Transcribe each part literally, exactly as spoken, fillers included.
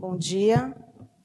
Bom dia.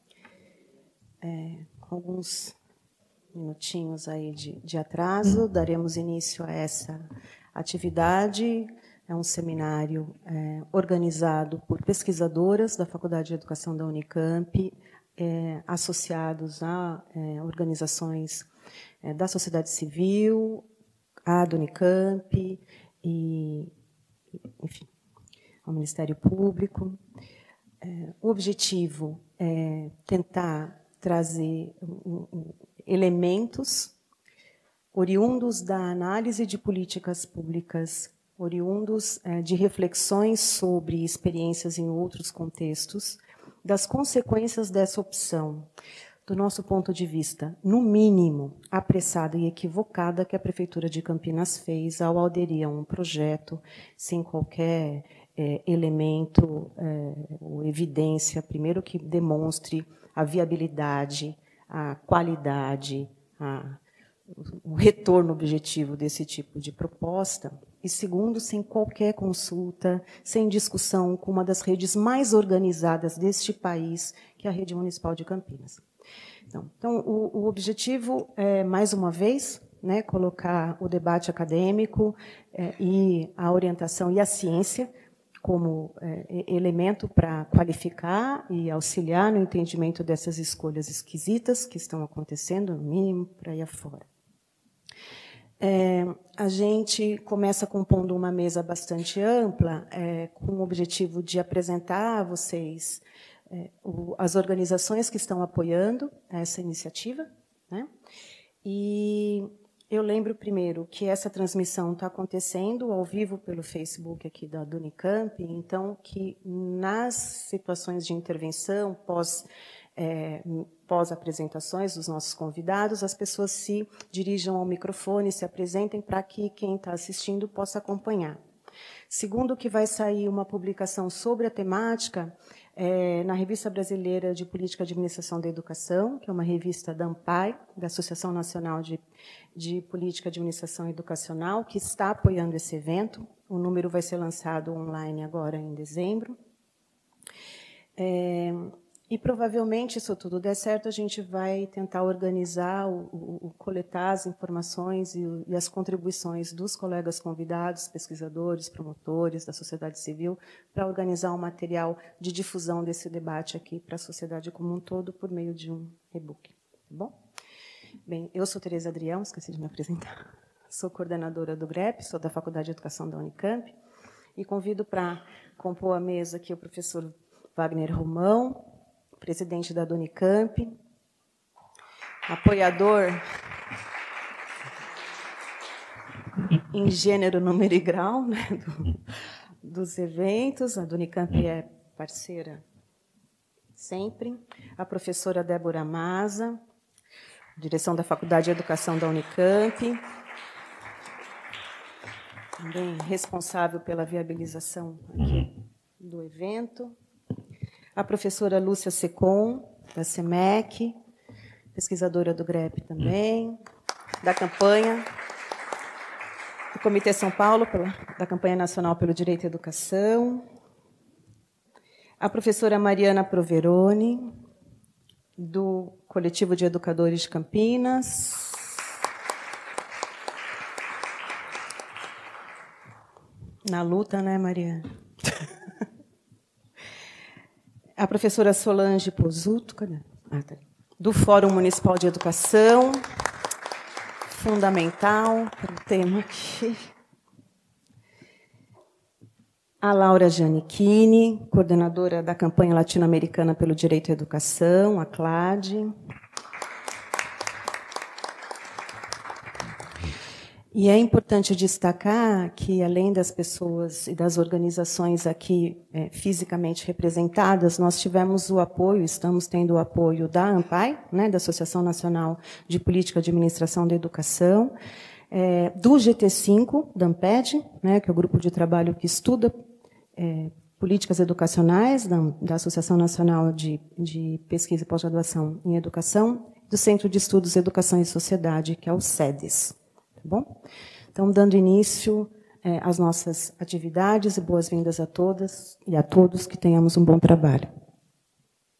É, com alguns minutinhos aí de, de atraso, daremos início a essa atividade. É um seminário é, organizado por pesquisadoras da Faculdade de Educação da Unicamp, é, associados a é, organizações é, da sociedade civil, a do Unicamp, e, enfim, ao Ministério Público. É, o objetivo é tentar trazer um, um, elementos oriundos da análise de políticas públicas, oriundos é, de reflexões sobre experiências em outros contextos, das consequências dessa opção, do nosso ponto de vista, no mínimo, apressada e equivocada que a Prefeitura de Campinas fez ao aderir a um projeto sem qualquer é, elemento é, ou evidência, primeiro que demonstre a viabilidade, a qualidade, a, o retorno objetivo desse tipo de proposta, e segundo, sem qualquer consulta, sem discussão com uma das redes mais organizadas deste país, que é a Rede Municipal de Campinas. Então, então o, o objetivo é, mais uma vez, né, colocar o debate acadêmico é, e a orientação e a ciência como é, elemento para qualificar e auxiliar no entendimento dessas escolhas esquisitas que estão acontecendo, no mínimo, para aí afora. É, a gente começa compondo uma mesa bastante ampla, é, com o objetivo de apresentar a vocês é, o, as organizações que estão apoiando essa iniciativa, né? E eu lembro, primeiro, que essa transmissão está acontecendo ao vivo pelo Facebook aqui da Unicamp, então, que nas situações de intervenção, pós, é, pós-apresentações dos nossos convidados, as pessoas se dirijam ao microfone, se apresentem para que quem está assistindo possa acompanhar. Segundo, que vai sair uma publicação sobre a temática é, na Revista Brasileira de Política de Administração da Educação, que é uma revista da ANPAE, da Associação Nacional de, de Política de Administração Educacional, que está apoiando esse evento. O número vai ser lançado online agora em dezembro. É, e, provavelmente, se tudo der certo, a gente vai tentar organizar, o, o, o coletar as informações e, o, e as contribuições dos colegas convidados, pesquisadores, promotores da sociedade civil, para organizar um material de difusão desse debate aqui para a sociedade como um todo, por meio de um e-book. Tá bom? Bem, eu sou Tereza Adrião, esqueci de me apresentar. Sou coordenadora do GREP, sou da Faculdade de Educação da Unicamp, e convido para compor a mesa aqui o professor Wagner Romão, presidente da Unicamp, apoiador em gênero, número e grau, né, do, dos eventos. A Unicamp é parceira sempre. A professora Débora Maza, direção da Faculdade de Educação da Unicamp, também responsável pela viabilização aqui do evento. A professora Lúcia Secom, da SEMEC, pesquisadora do GREP também, da campanha, do Comitê São Paulo, pela, da Campanha Nacional pelo Direito à Educação. A professora Mariana Proveroni, do Coletivo de Educadores de Campinas. Na luta, né, Mariana? A professora Solange Pozzuto, ah, tá. do Fórum Municipal de Educação, fundamental para o tema aqui. A Laura Giannichini, coordenadora da Campanha Latino-Americana pelo Direito à Educação, a CLADE. E é importante destacar que, além das pessoas e das organizações aqui é, fisicamente representadas, nós tivemos o apoio, estamos tendo o apoio da ANPAE, né, da Associação Nacional de Política de Administração da Educação, é, do G T cinco, da ANPED, né, que é o grupo de trabalho que estuda é, políticas educacionais, da, da Associação Nacional de, de Pesquisa e Pós-Graduação em Educação, do Centro de Estudos Educação e Sociedade, que é o SEDES. Tá bom? Então, dando início é, às nossas atividades, e boas-vindas a todas e a todos, que tenhamos um bom trabalho.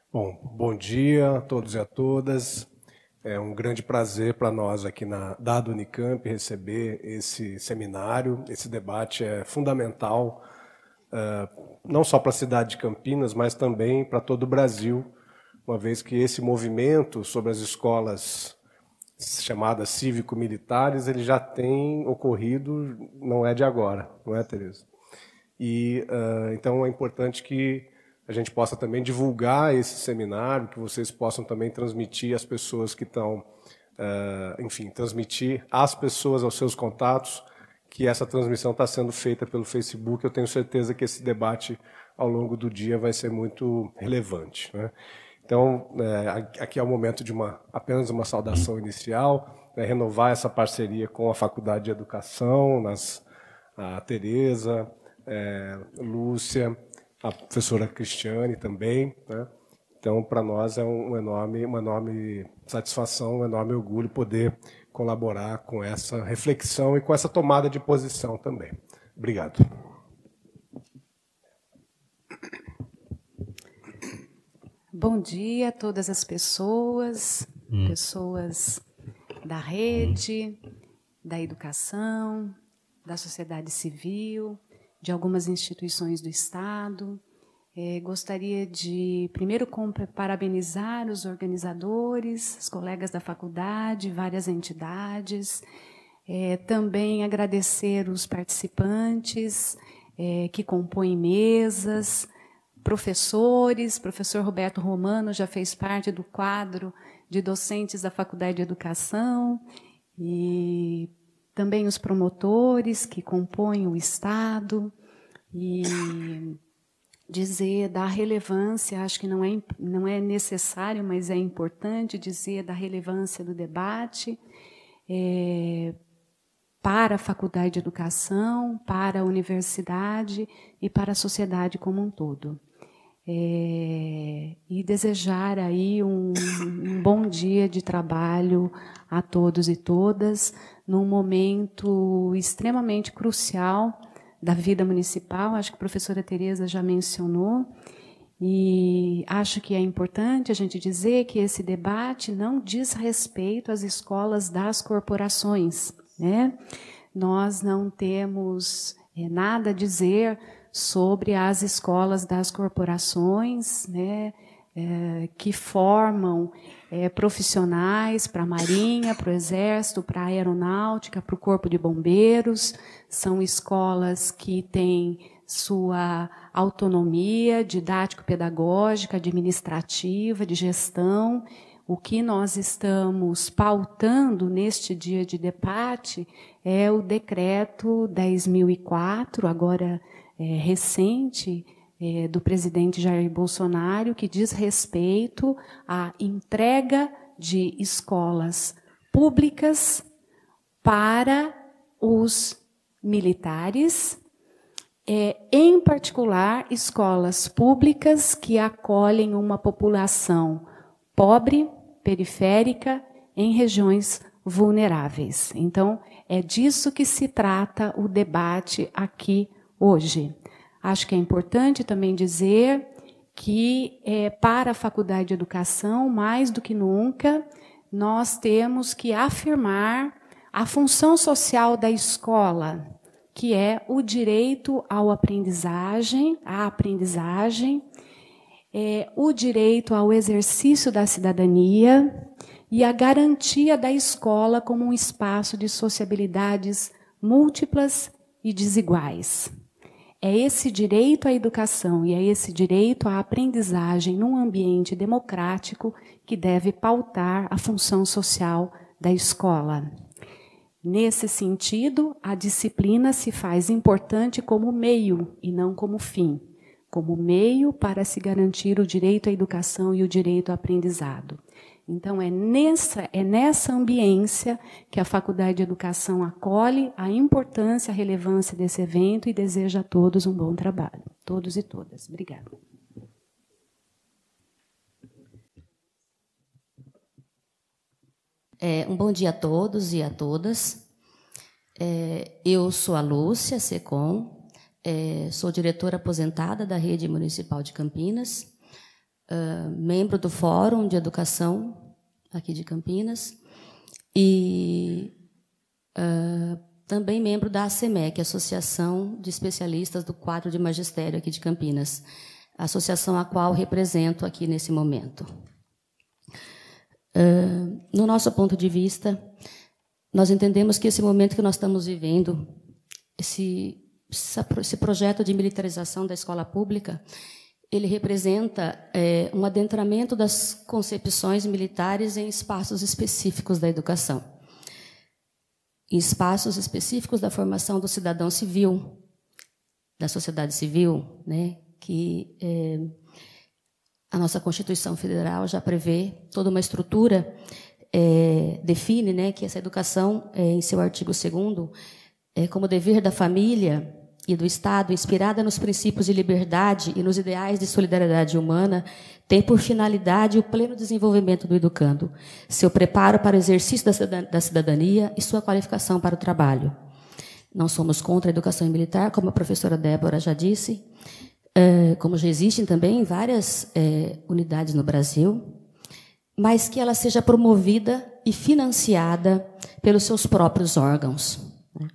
Bom, bom dia a todos e a todas. É um grande prazer para nós aqui na Dado Unicamp receber esse seminário. Esse debate é fundamental, uh, não só para a cidade de Campinas, mas também para todo o Brasil, uma vez que esse movimento sobre as escolas chamadas cívico-militares, ele já tem ocorrido, não é de agora, não é, Tereza? E uh, então é importante que a gente possa também divulgar esse seminário, que vocês possam também transmitir às pessoas que estão, uh, enfim, transmitir às pessoas, aos seus contatos, que essa transmissão está sendo feita pelo Facebook. Eu tenho certeza que esse debate, ao longo do dia, vai ser muito relevante, né? Então, é, aqui é o momento de uma, apenas uma saudação inicial, né, renovar essa parceria com a Faculdade de Educação, nas, a Tereza, é, Lúcia, a professora Cristiane também, né? Então, para nós é um enorme, uma enorme satisfação, um enorme orgulho poder colaborar com essa reflexão e com essa tomada de posição também. Obrigado. Bom dia a todas as pessoas, hum. pessoas da rede, da educação, da sociedade civil, de algumas instituições do Estado. É, gostaria de, primeiro, parabenizar os organizadores, os colegas da faculdade, várias entidades. É, também agradecer os participantes é, que compõem mesas, professores. Professor Roberto Romano já fez parte do quadro de docentes da Faculdade de Educação, e também os promotores que compõem o Estado, e dizer da relevância, acho que não é, não é necessário, mas é importante dizer da relevância do debate é, para a Faculdade de Educação, para a universidade e para a sociedade como um todo. É, e desejar aí um, um bom dia de trabalho a todos e todas, num momento extremamente crucial da vida municipal. Acho que a professora Tereza já mencionou, e acho que é importante a gente dizer que esse debate não diz respeito às escolas das corporações, né? Nós não temos é, nada a dizer sobre as escolas das corporações, né, é, que formam é, profissionais para a Marinha, para o Exército, para a Aeronáutica, para o Corpo de Bombeiros. São escolas que têm sua autonomia didático-pedagógica, administrativa, de gestão. O que nós estamos pautando neste dia de debate é o decreto dez mil e quatro, agora É, recente, é, do presidente Jair Bolsonaro, que diz respeito à entrega de escolas públicas para os militares, é, em particular, escolas públicas que acolhem uma população pobre, periférica, em regiões vulneráveis. Então, é disso que se trata o debate aqui hoje. Acho que é importante também dizer que, é, para a Faculdade de Educação, mais do que nunca, nós temos que afirmar a função social da escola, que é o direito ao aprendizagem, à aprendizagem, é, o direito ao exercício da cidadania e a garantia da escola como um espaço de sociabilidades múltiplas e desiguais. É esse direito à educação e é esse direito à aprendizagem num ambiente democrático que deve pautar a função social da escola. Nesse sentido, a disciplina se faz importante como meio e não como fim, como meio para se garantir o direito à educação e o direito ao aprendizado. Então, é nessa, é nessa ambiência que a Faculdade de Educação acolhe a importância, a relevância desse evento e deseja a todos um bom trabalho. Todos e todas. Obrigada. É, um bom dia a todos e a todas. É, eu sou a Lúcia Secom, é, sou diretora aposentada da Rede Municipal de Campinas. uh, membro do Fórum de Educação aqui de Campinas e uh, também membro da ACEMEC, Associação de Especialistas do Quadro de Magistério aqui de Campinas, associação a qual represento aqui nesse momento. Uh, no nosso ponto de vista, nós entendemos que esse momento que nós estamos vivendo, esse, esse projeto de militarização da escola pública, ele representa é, um adentramento das concepções militares em espaços específicos da educação, em espaços específicos da formação do cidadão civil, da sociedade civil, né, que é, a nossa Constituição Federal já prevê toda uma estrutura, é, define, né, que essa educação, é, em seu artigo segundo, é como dever da família e do Estado, inspirada nos princípios de liberdade e nos ideais de solidariedade humana, tem por finalidade o pleno desenvolvimento do educando, seu preparo para o exercício da cidadania e sua qualificação para o trabalho. Não somos contra a educação militar, como a professora Débora já disse, como já existem também várias unidades no Brasil, mas que ela seja promovida e financiada pelos seus próprios órgãos.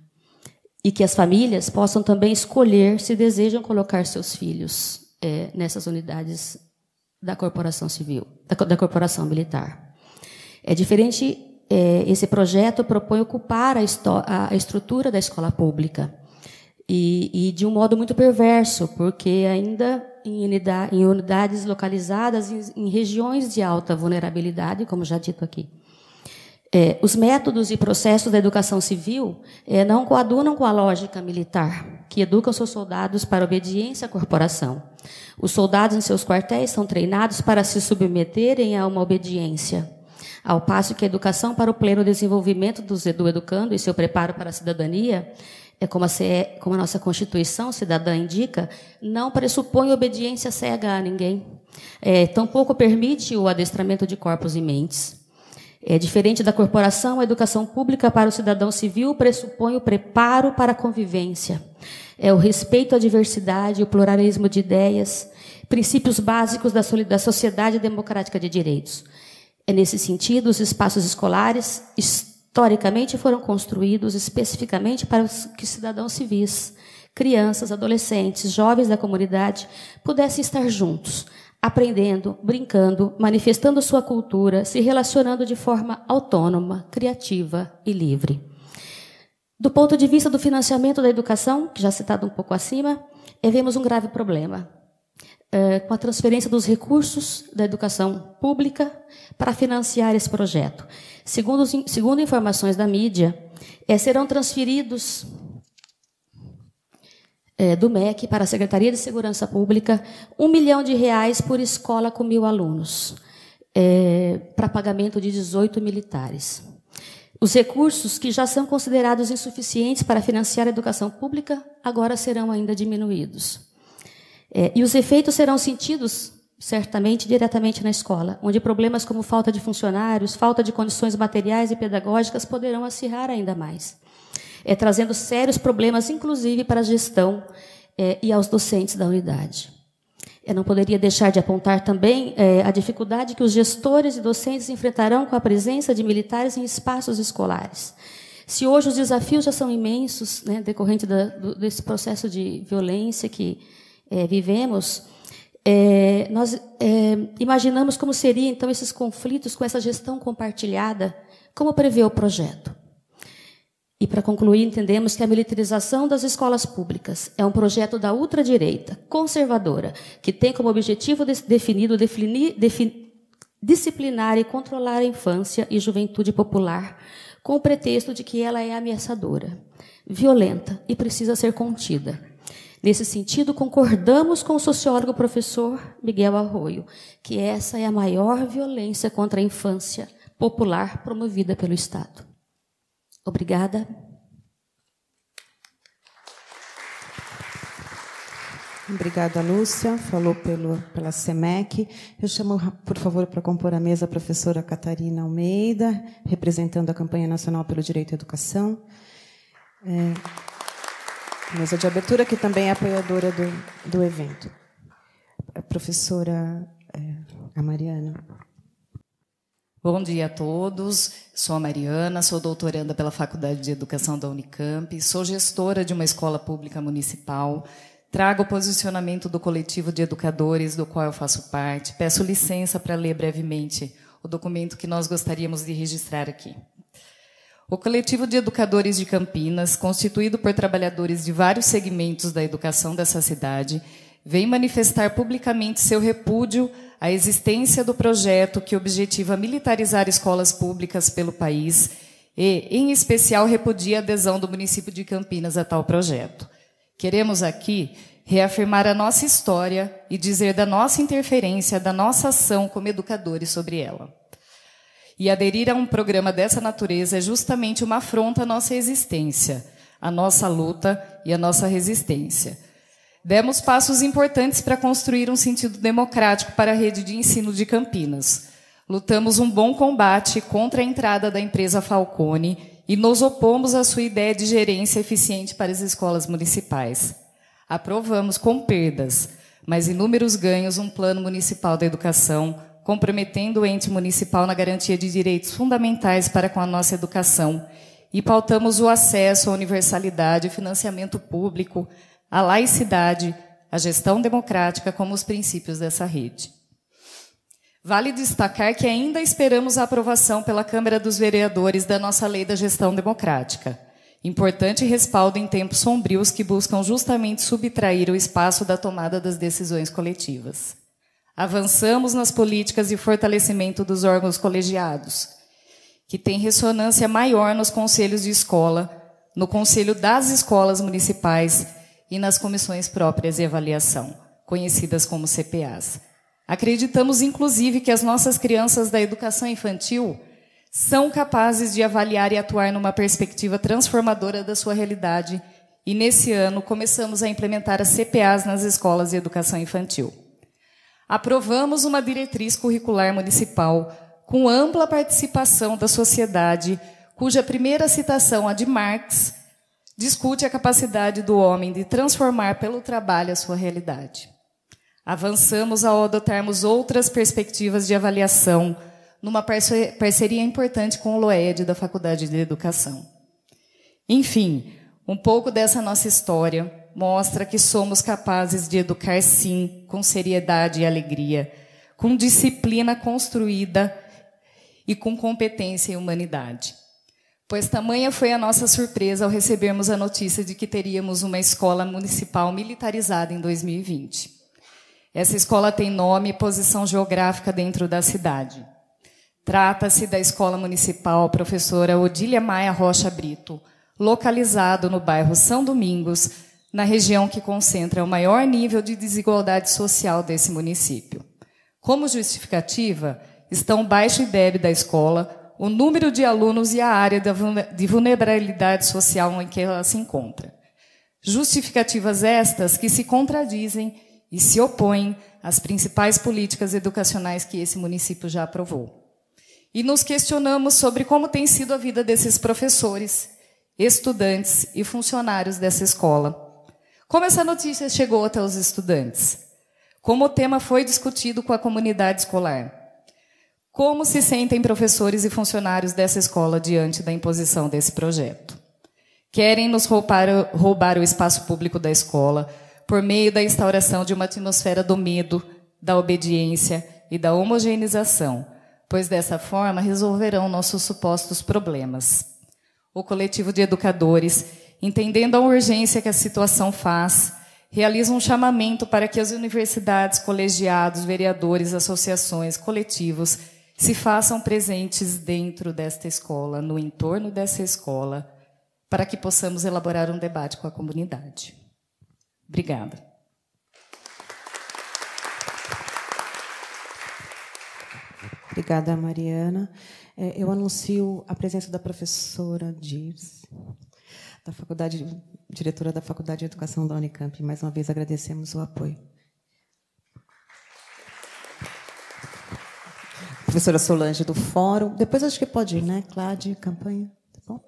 E que as famílias possam também escolher se desejam colocar seus filhos é, nessas unidades da corporação civil, da, da corporação militar. É diferente, é, esse projeto propõe ocupar a, a estrutura da escola pública, e, e de um modo muito perverso, porque ainda em, unidade, em unidades localizadas em, em regiões de alta vulnerabilidade, como já dito aqui. É, os métodos e processos da educação civil é, não coadunam com a lógica militar, que educa seus soldados para obediência à corporação. Os soldados em seus quartéis são treinados para se submeterem a uma obediência, ao passo que a educação para o pleno desenvolvimento do, do educando e seu preparo para a cidadania, é como a, C, como a nossa Constituição cidadã indica, não pressupõe obediência cega a ninguém. É, tampouco permite o adestramento de corpos e mentes. É diferente da corporação, a educação pública para o cidadão civil pressupõe o preparo para a convivência. É o respeito à diversidade, o pluralismo de ideias, princípios básicos da, da sociedade democrática de direitos. É nesse sentido, os espaços escolares, historicamente, foram construídos especificamente para os que cidadãos civis, crianças, adolescentes, jovens da comunidade, pudessem estar juntos, aprendendo, brincando, manifestando sua cultura, se relacionando de forma autônoma, criativa e livre. Do ponto de vista do financiamento da educação, que já citado um pouco acima, vemos um grave problema. É, com a transferência dos recursos da educação pública para financiar esse projeto. Segundo, segundo informações da mídia, é, serão transferidos É, do M E C para a Secretaria de Segurança Pública um milhão de reais por escola com mil alunos, é, para pagamento de dezoito militares. Os recursos que já são considerados insuficientes para financiar a educação pública agora serão ainda diminuídos. É, e os efeitos serão sentidos, certamente, diretamente na escola, onde problemas como falta de funcionários, falta de condições materiais e pedagógicas poderão acirrar ainda mais. É, trazendo sérios problemas, inclusive, para a gestão é, e aos docentes da unidade. Eu não poderia deixar de apontar também é, a dificuldade que os gestores e docentes enfrentarão com a presença de militares em espaços escolares. Se hoje os desafios já são imensos, né, decorrente da, do, desse processo de violência que é, vivemos, é, nós é, imaginamos como seriam, então, esses conflitos com essa gestão compartilhada, como prevê o projeto. E, para concluir, entendemos que a militarização das escolas públicas é um projeto da ultradireita, conservadora, que tem como objetivo definido definir, defin, disciplinar e controlar a infância e juventude popular, com o pretexto de que ela é ameaçadora, violenta e precisa ser contida. Nesse sentido, concordamos com o sociólogo professor Miguel Arroio, que essa é a maior violência contra a infância popular promovida pelo Estado. Obrigada. Obrigada, Lúcia. Falou pelo, pela SEMEC. Eu chamo, por favor, para compor a mesa a professora Catarina Almeida, representando a Campanha Nacional pelo Direito à Educação. É, mesa de abertura, que também é apoiadora do, do evento. A professora é, a Mariana. Bom dia a todos. Sou a Mariana, sou doutoranda pela Faculdade de Educação da Unicamp, sou gestora de uma escola pública municipal, trago o posicionamento do coletivo de educadores do qual eu faço parte. Peço licença para ler brevemente o documento que nós gostaríamos de registrar aqui. O coletivo de educadores de Campinas, constituído por trabalhadores de vários segmentos da educação dessa cidade, vem manifestar publicamente seu repúdio à existência do projeto que objetiva militarizar escolas públicas pelo país e, em especial, repudia a adesão do município de Campinas a tal projeto. Queremos aqui reafirmar a nossa história e dizer da nossa interferência, da nossa ação como educadores sobre ela. E aderir a um programa dessa natureza é justamente uma afronta à nossa existência, à nossa luta e à nossa resistência. Demos passos importantes para construir um sentido democrático para a rede de ensino de Campinas. Lutamos um bom combate contra a entrada da empresa Falcone e nos opomos à sua ideia de gerência eficiente para as escolas municipais. Aprovamos com perdas, mas inúmeros ganhos, um plano municipal da educação, comprometendo o ente municipal na garantia de direitos fundamentais para com a nossa educação, e pautamos o acesso à universalidade, financiamento público, a laicidade, a gestão democrática como os princípios dessa rede. Vale destacar que ainda esperamos a aprovação pela Câmara dos Vereadores da nossa Lei da Gestão Democrática, importante respaldo em tempos sombrios que buscam justamente subtrair o espaço da tomada das decisões coletivas. Avançamos nas políticas de fortalecimento dos órgãos colegiados, que tem ressonância maior nos conselhos de escola, no Conselho das Escolas Municipais e nas comissões próprias de avaliação, conhecidas como C P As. Acreditamos, inclusive, que as nossas crianças da educação infantil são capazes de avaliar e atuar numa perspectiva transformadora da sua realidade, e nesse ano começamos a implementar as C P As nas escolas de educação infantil. Aprovamos uma diretriz curricular municipal com ampla participação da sociedade, cuja primeira citação, a de Marx, discute a capacidade do homem de transformar pelo trabalho a sua realidade. Avançamos ao adotarmos outras perspectivas de avaliação, numa parceria importante com o LOED da Faculdade de Educação. Enfim, um pouco dessa nossa história mostra que somos capazes de educar, sim, com seriedade e alegria, com disciplina construída e com competência e humanidade. Pois tamanha foi a nossa surpresa ao recebermos a notícia de que teríamos uma escola municipal militarizada em dois mil e vinte. Essa escola tem nome e posição geográfica dentro da cidade. Trata-se da Escola Municipal Professora Odília Maia Rocha Brito, localizado no bairro São Domingos, na região que concentra o maior nível de desigualdade social desse município. Como justificativa, estão o baixo I D E B da escola, o número de alunos e a área de vulnerabilidade social em que ela se encontra. Justificativas estas que se contradizem e se opõem às principais políticas educacionais que esse município já aprovou. E nos questionamos sobre como tem sido a vida desses professores, estudantes e funcionários dessa escola. Como essa notícia chegou até os estudantes? Como o tema foi discutido com a comunidade escolar? Como se sentem professores e funcionários dessa escola diante da imposição desse projeto? Querem nos roubar, roubar o espaço público da escola por meio da instauração de uma atmosfera do medo, da obediência e da homogeneização, pois dessa forma resolverão nossos supostos problemas. O coletivo de educadores, entendendo a urgência que a situação faz, realiza um chamamento para que as universidades, colegiados, vereadores, associações, coletivos se façam presentes dentro desta escola, no entorno dessa escola, para que possamos elaborar um debate com a comunidade. Obrigada. Obrigada, Mariana. Eu anuncio a presença da professora Dirce, da faculdade, diretora da Faculdade de Educação da Unicamp. Mais uma vez agradecemos o apoio. Professora Solange, do Fórum. Depois acho que pode ir, né? Cláudia, campanha. Tá bom?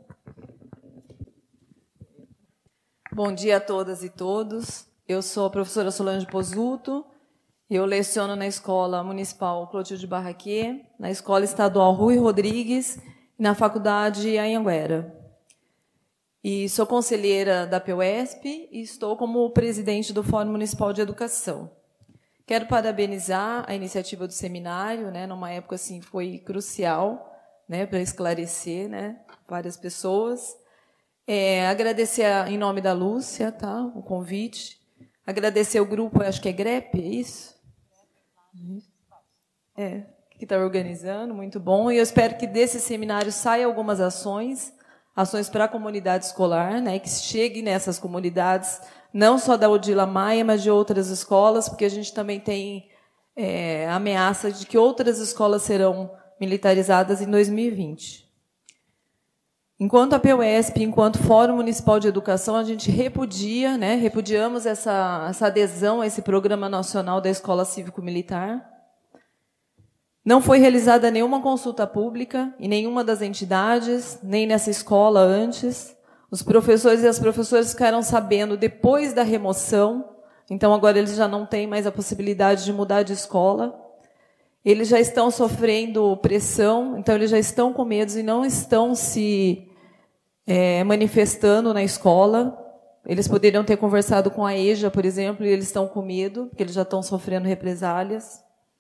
Bom dia a todas e todos. Eu sou a professora Solange Posuto Eu leciono na Escola Municipal Clotilde Barraquê, na Escola Estadual Rui Rodrigues e na Faculdade Anhanguera. E sou conselheira da PUESP e estou como presidente do Fórum Municipal de Educação. Quero parabenizar a iniciativa do seminário, né, numa época assim foi crucial, né, para esclarecer, né, várias pessoas. É, agradecer a, em nome da Lúcia, tá, o convite. Agradecer o grupo, acho que é GREP, é isso? É, que está organizando, muito bom. E eu espero que desse seminário saia algumas ações, ações para a comunidade escolar, né, que chegue nessas comunidades, não só da Odila Maia, mas de outras escolas, porque a gente também tem é, a ameaça de que outras escolas serão militarizadas em dois mil e vinte. Enquanto a PUESP, enquanto Fórum Municipal de Educação, a gente repudia, né, repudiamos essa, essa adesão a esse Programa Nacional da Escola Cívico-Militar. Não foi realizada nenhuma consulta pública em nenhuma das entidades, nem nessa escola antes. Os professores e as professoras ficaram sabendo depois da remoção, então agora eles já não têm mais a possibilidade de mudar de escola. Eles já estão sofrendo pressão, então eles já estão com medo e não estão se é, manifestando na escola. Eles poderiam ter conversado com a EJA, por exemplo, e eles estão com medo, porque eles já estão sofrendo represálias.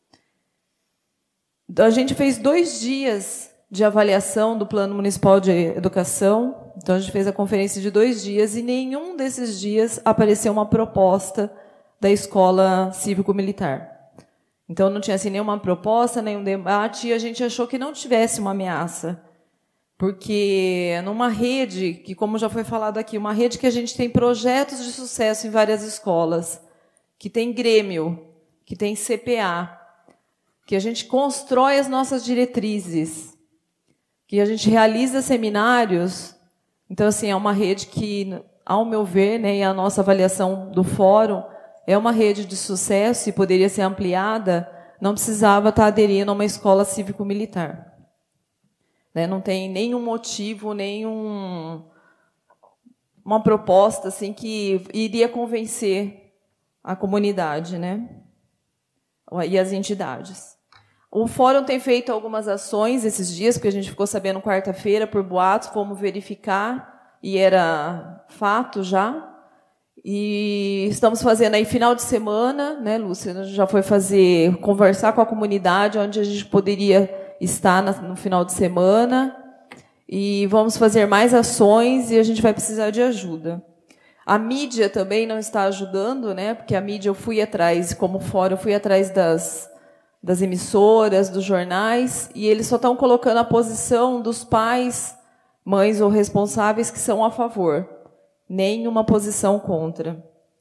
A gente fez dois dias de avaliação do Plano Municipal de Educação. Então, a gente fez a conferência de dois dias e nenhum desses dias apareceu uma proposta da Escola Cívico-Militar. Então, não tinha assim, nenhuma proposta, nenhum debate, e a gente achou que não tivesse uma ameaça. Porque numa rede, que como já foi falado aqui, uma rede que a gente tem projetos de sucesso em várias escolas, que tem Grêmio, que tem C P A, que a gente constrói as nossas diretrizes, que a gente realiza seminários. Então, assim, é uma rede que, ao meu ver, né, e a nossa avaliação do fórum, é uma rede de sucesso e poderia ser ampliada, não precisava estar aderindo a uma escola cívico-militar. Né, não tem nenhum motivo, nenhum uma proposta assim, que iria convencer a comunidade, né, e as entidades. O fórum tem feito algumas ações esses dias, porque a gente ficou sabendo quarta-feira por boatos, fomos verificar, e era fato já. E estamos fazendo aí final de semana, né, Lúcia? Já foi fazer, conversar com a comunidade, onde a gente poderia estar no final de semana. E vamos fazer mais ações e a gente vai precisar de ajuda. A mídia também não está ajudando, né? Porque a mídia eu fui atrás, como fórum, eu fui atrás das, das emissoras, dos jornais, e eles só estão colocando a posição dos pais, mães ou responsáveis que são a favor. Nenhuma posição contra.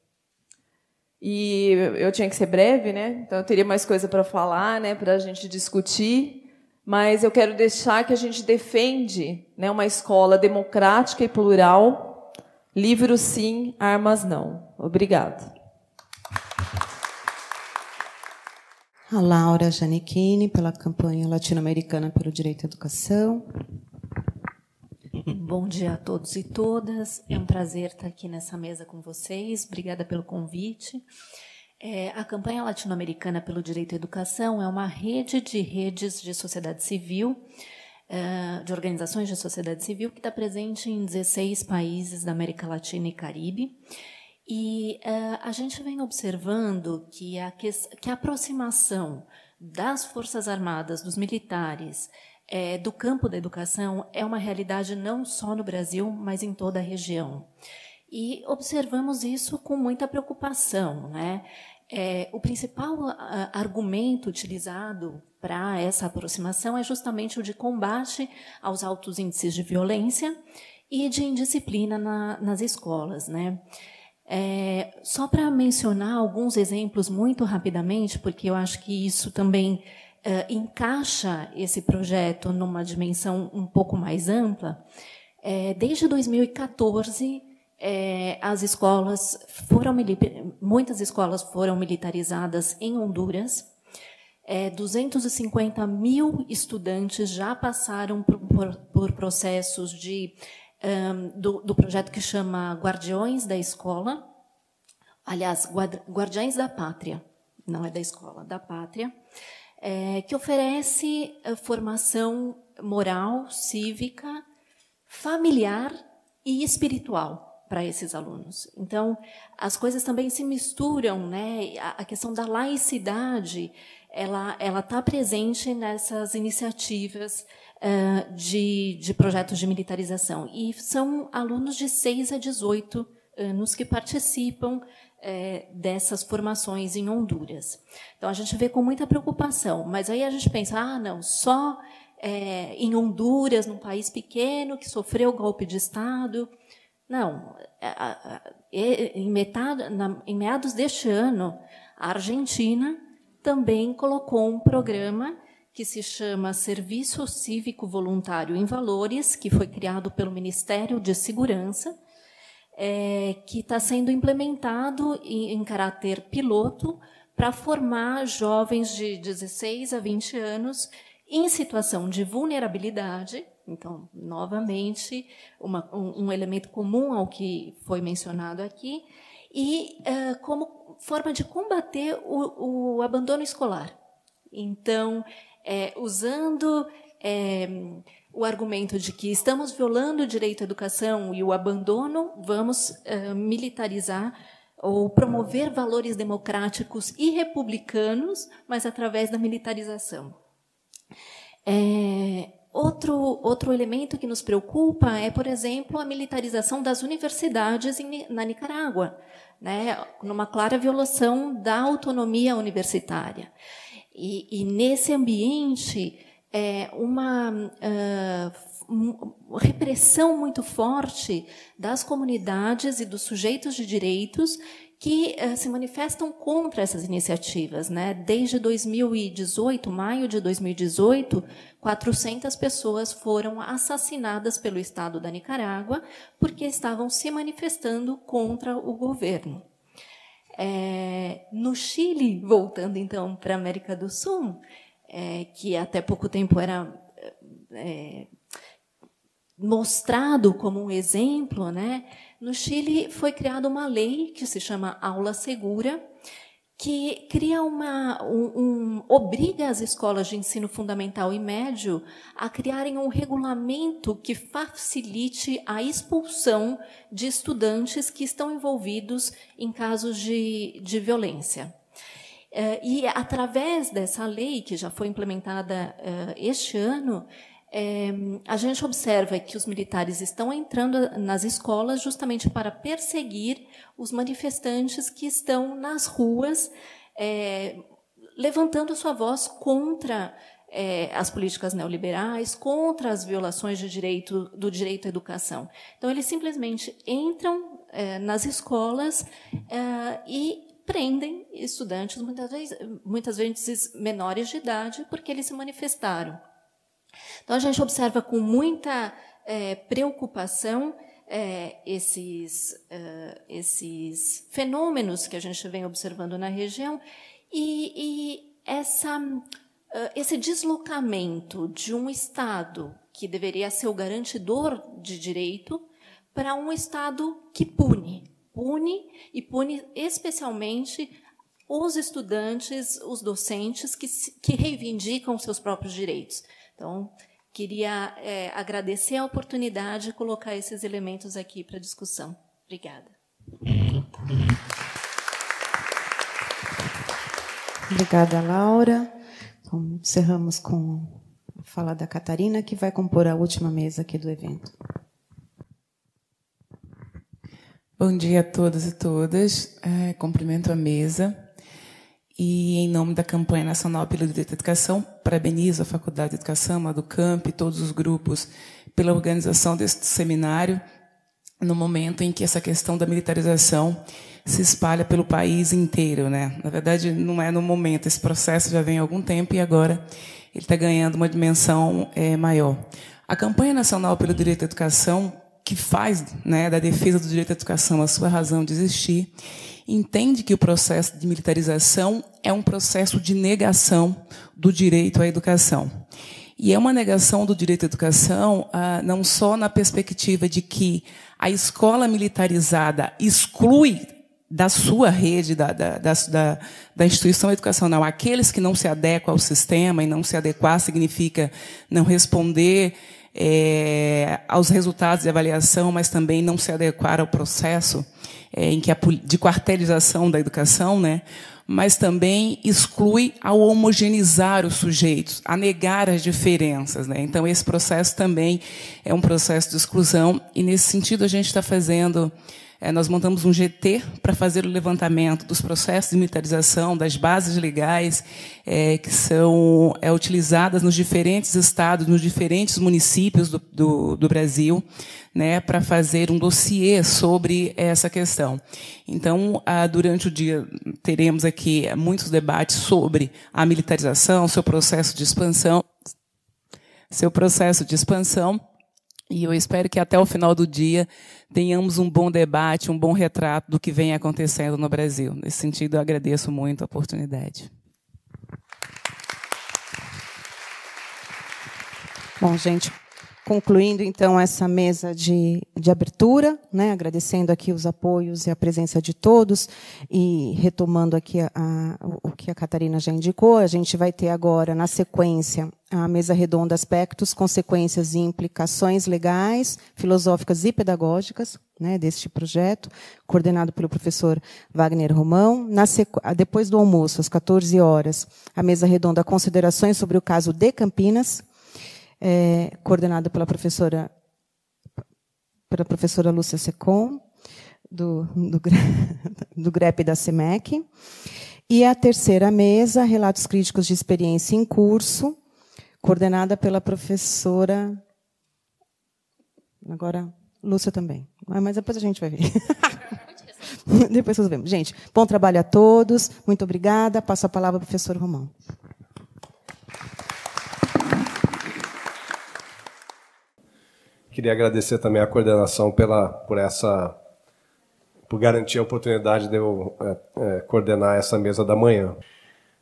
E eu tinha que ser breve, né? Então eu teria mais coisa para falar, né? Para a gente discutir. Mas eu quero deixar que a gente defende, né, uma escola democrática e plural. Livros sim, armas não. Obrigada. A Laura Giannichini, pela campanha latino-americana pelo direito à educação. Bom dia a todos e todas. É um prazer estar aqui nessa mesa com vocês. Obrigada pelo convite. É, a campanha latino-americana pelo direito à educação é uma rede de redes de sociedade civil, é, de organizações de sociedade civil, que está presente em dezesseis países da América Latina e Caribe. E é, a gente vem observando que a, que, que a aproximação das Forças Armadas, dos militares, É, do campo da educação é uma realidade não só no Brasil, mas em toda a região. E observamos isso com muita preocupação, né? É, o principal a, argumento utilizado para essa aproximação é justamente o de combate aos altos índices de violência e de indisciplina na, nas escolas, né? É, só para mencionar alguns exemplos muito rapidamente, porque eu acho que isso também Uh, encaixa esse projeto numa dimensão um pouco mais ampla. É, desde dois mil e quatorze, é, as escolas foram muitas escolas foram militarizadas em Honduras. É, duzentos e cinquenta mil estudantes já passaram por, por, por processos de, um, do, do projeto que chama Guardiões da Escola, aliás, Guardiães da Pátria. não é da escola, da Pátria, é, que oferece formação moral, cívica, familiar e espiritual para esses alunos. Então, as coisas também se misturam, né? A questão da laicidade, ela ela está presente nessas iniciativas uh, de, de projetos de militarização. E são alunos de seis a dezoito anos que participam é, dessas formações em Honduras. Então, a gente vê com muita preocupação, mas aí a gente pensa, ah, não, só é, em Honduras, num país pequeno, que sofreu golpe de Estado. Não, em, metade, na, em meados deste ano, a Argentina também colocou um programa que se chama Serviço Cívico Voluntário em Valores, que foi criado pelo Ministério de Segurança, É, que está sendo implementado em, em caráter piloto para formar jovens de dezesseis a vinte anos em situação de vulnerabilidade. Então, novamente, uma, um, um elemento comum ao que foi mencionado aqui, e uh, como forma de combater o, o abandono escolar. Então, é, usando é, o argumento de que estamos violando o direito à educação e o abandono, vamos uh, militarizar ou promover valores democráticos e republicanos, mas através da militarização. É, outro, outro elemento que nos preocupa é, por exemplo, a militarização das universidades em, na Nicarágua, né, numa clara violação da autonomia universitária. E, e nesse ambiente, é, uma uh, repressão muito forte das comunidades e dos sujeitos de direitos que uh, se manifestam contra essas iniciativas, né? Desde dois mil e dezoito, maio de dois mil e dezoito, quatrocentas pessoas foram assassinadas pelo Estado da Nicarágua porque estavam se manifestando contra o governo. É, no Chile, voltando então para a América do Sul, é, que até pouco tempo era é, mostrado como um exemplo, né? No Chile foi criada uma lei que se chama Aula Segura, que cria uma, um, um, obriga as escolas de ensino fundamental e médio a criarem um regulamento que facilite a expulsão de estudantes que estão envolvidos em casos de, de violência. E, através dessa lei, que já foi implementada este ano, É, a gente observa que os militares estão entrando nas escolas justamente para perseguir os manifestantes que estão nas ruas, é, levantando sua voz contra é, as políticas neoliberais, contra as violações de direito, do direito à educação. Então, eles simplesmente entram é, nas escolas é, e prendem estudantes, muitas vezes, muitas vezes menores de idade, porque eles se manifestaram. Então, a gente observa com muita é, preocupação é, esses, uh, esses fenômenos que a gente vem observando na região e, e essa, uh, esse deslocamento de um Estado que deveria ser o garantidor de direito para um Estado que pune, pune e pune especialmente os estudantes, os docentes que, que reivindicam seus próprios direitos. Então, queria é, agradecer a oportunidade de colocar esses elementos aqui para discussão. Obrigada. Obrigada, Laura. Então, encerramos com a fala da Catarina, que vai compor a última mesa aqui do evento. Bom dia a todos e todas. É, cumprimento a mesa. E, em nome da Campanha Nacional pelo Direito à Educação, parabenizo a Faculdade de Educação, a Educamp e todos os grupos pela organização deste seminário, no momento em que essa questão da militarização se espalha pelo país inteiro, né? Na verdade, não é no momento, esse processo já vem há algum tempo e agora ele está ganhando uma dimensão é, maior. A Campanha Nacional pelo Direito à Educação, que faz, né, da defesa do direito à educação a sua razão de existir, entende que o processo de militarização é um processo de negação do direito à educação. E é uma negação do direito à educação ah, não só na perspectiva de que a escola militarizada exclui da sua rede, da, da, da, da instituição educacional. Aqueles que não se adequam ao sistema, e não se adequar significa não responder é, aos resultados de avaliação, mas também não se adequar ao processo é, em que a, de quarteirização da educação, né? Mas também exclui ao homogeneizar os sujeitos, a negar as diferenças, né? Então, esse processo também é um processo de exclusão, e, nesse sentido, a gente está fazendo... É, nós montamos um G T para fazer o levantamento dos processos de militarização, das bases legais é, que são é, utilizadas nos diferentes estados, nos diferentes municípios do, do, do Brasil, né, para fazer um dossiê sobre essa questão. Então, ah, durante o dia, teremos aqui muitos debates sobre a militarização, seu processo de expansão, seu processo de expansão, e eu espero que até o final do dia tenhamos um bom debate, um bom retrato do que vem acontecendo no Brasil. Nesse sentido, eu agradeço muito a oportunidade. Bom, gente, concluindo, então, essa mesa de, de abertura, né, agradecendo aqui os apoios e a presença de todos, e retomando aqui a, a, o que a Catarina já indicou, a gente vai ter agora, na sequência, a mesa redonda Aspectos, Consequências e Implicações Legais, Filosóficas e Pedagógicas, né, deste projeto, coordenado pelo professor Wagner Romão. Na sequ... Depois do almoço, às quatorze horas, a mesa redonda Considerações sobre o caso de Campinas, É, coordenado pela professora, pela professora Lúcia Secom, do, do, do GREP da SEMEC. E a terceira mesa, Relatos Críticos de Experiência em Curso, coordenada pela professora... Agora, Lúcia também. Mas depois a gente vai ver. Depois nós vemos. Gente, bom trabalho a todos. Muito obrigada. Passo a palavra ao professor Romão. Queria agradecer também a coordenação pela, por, essa, por garantir a oportunidade de eu é, é, coordenar essa mesa da manhã.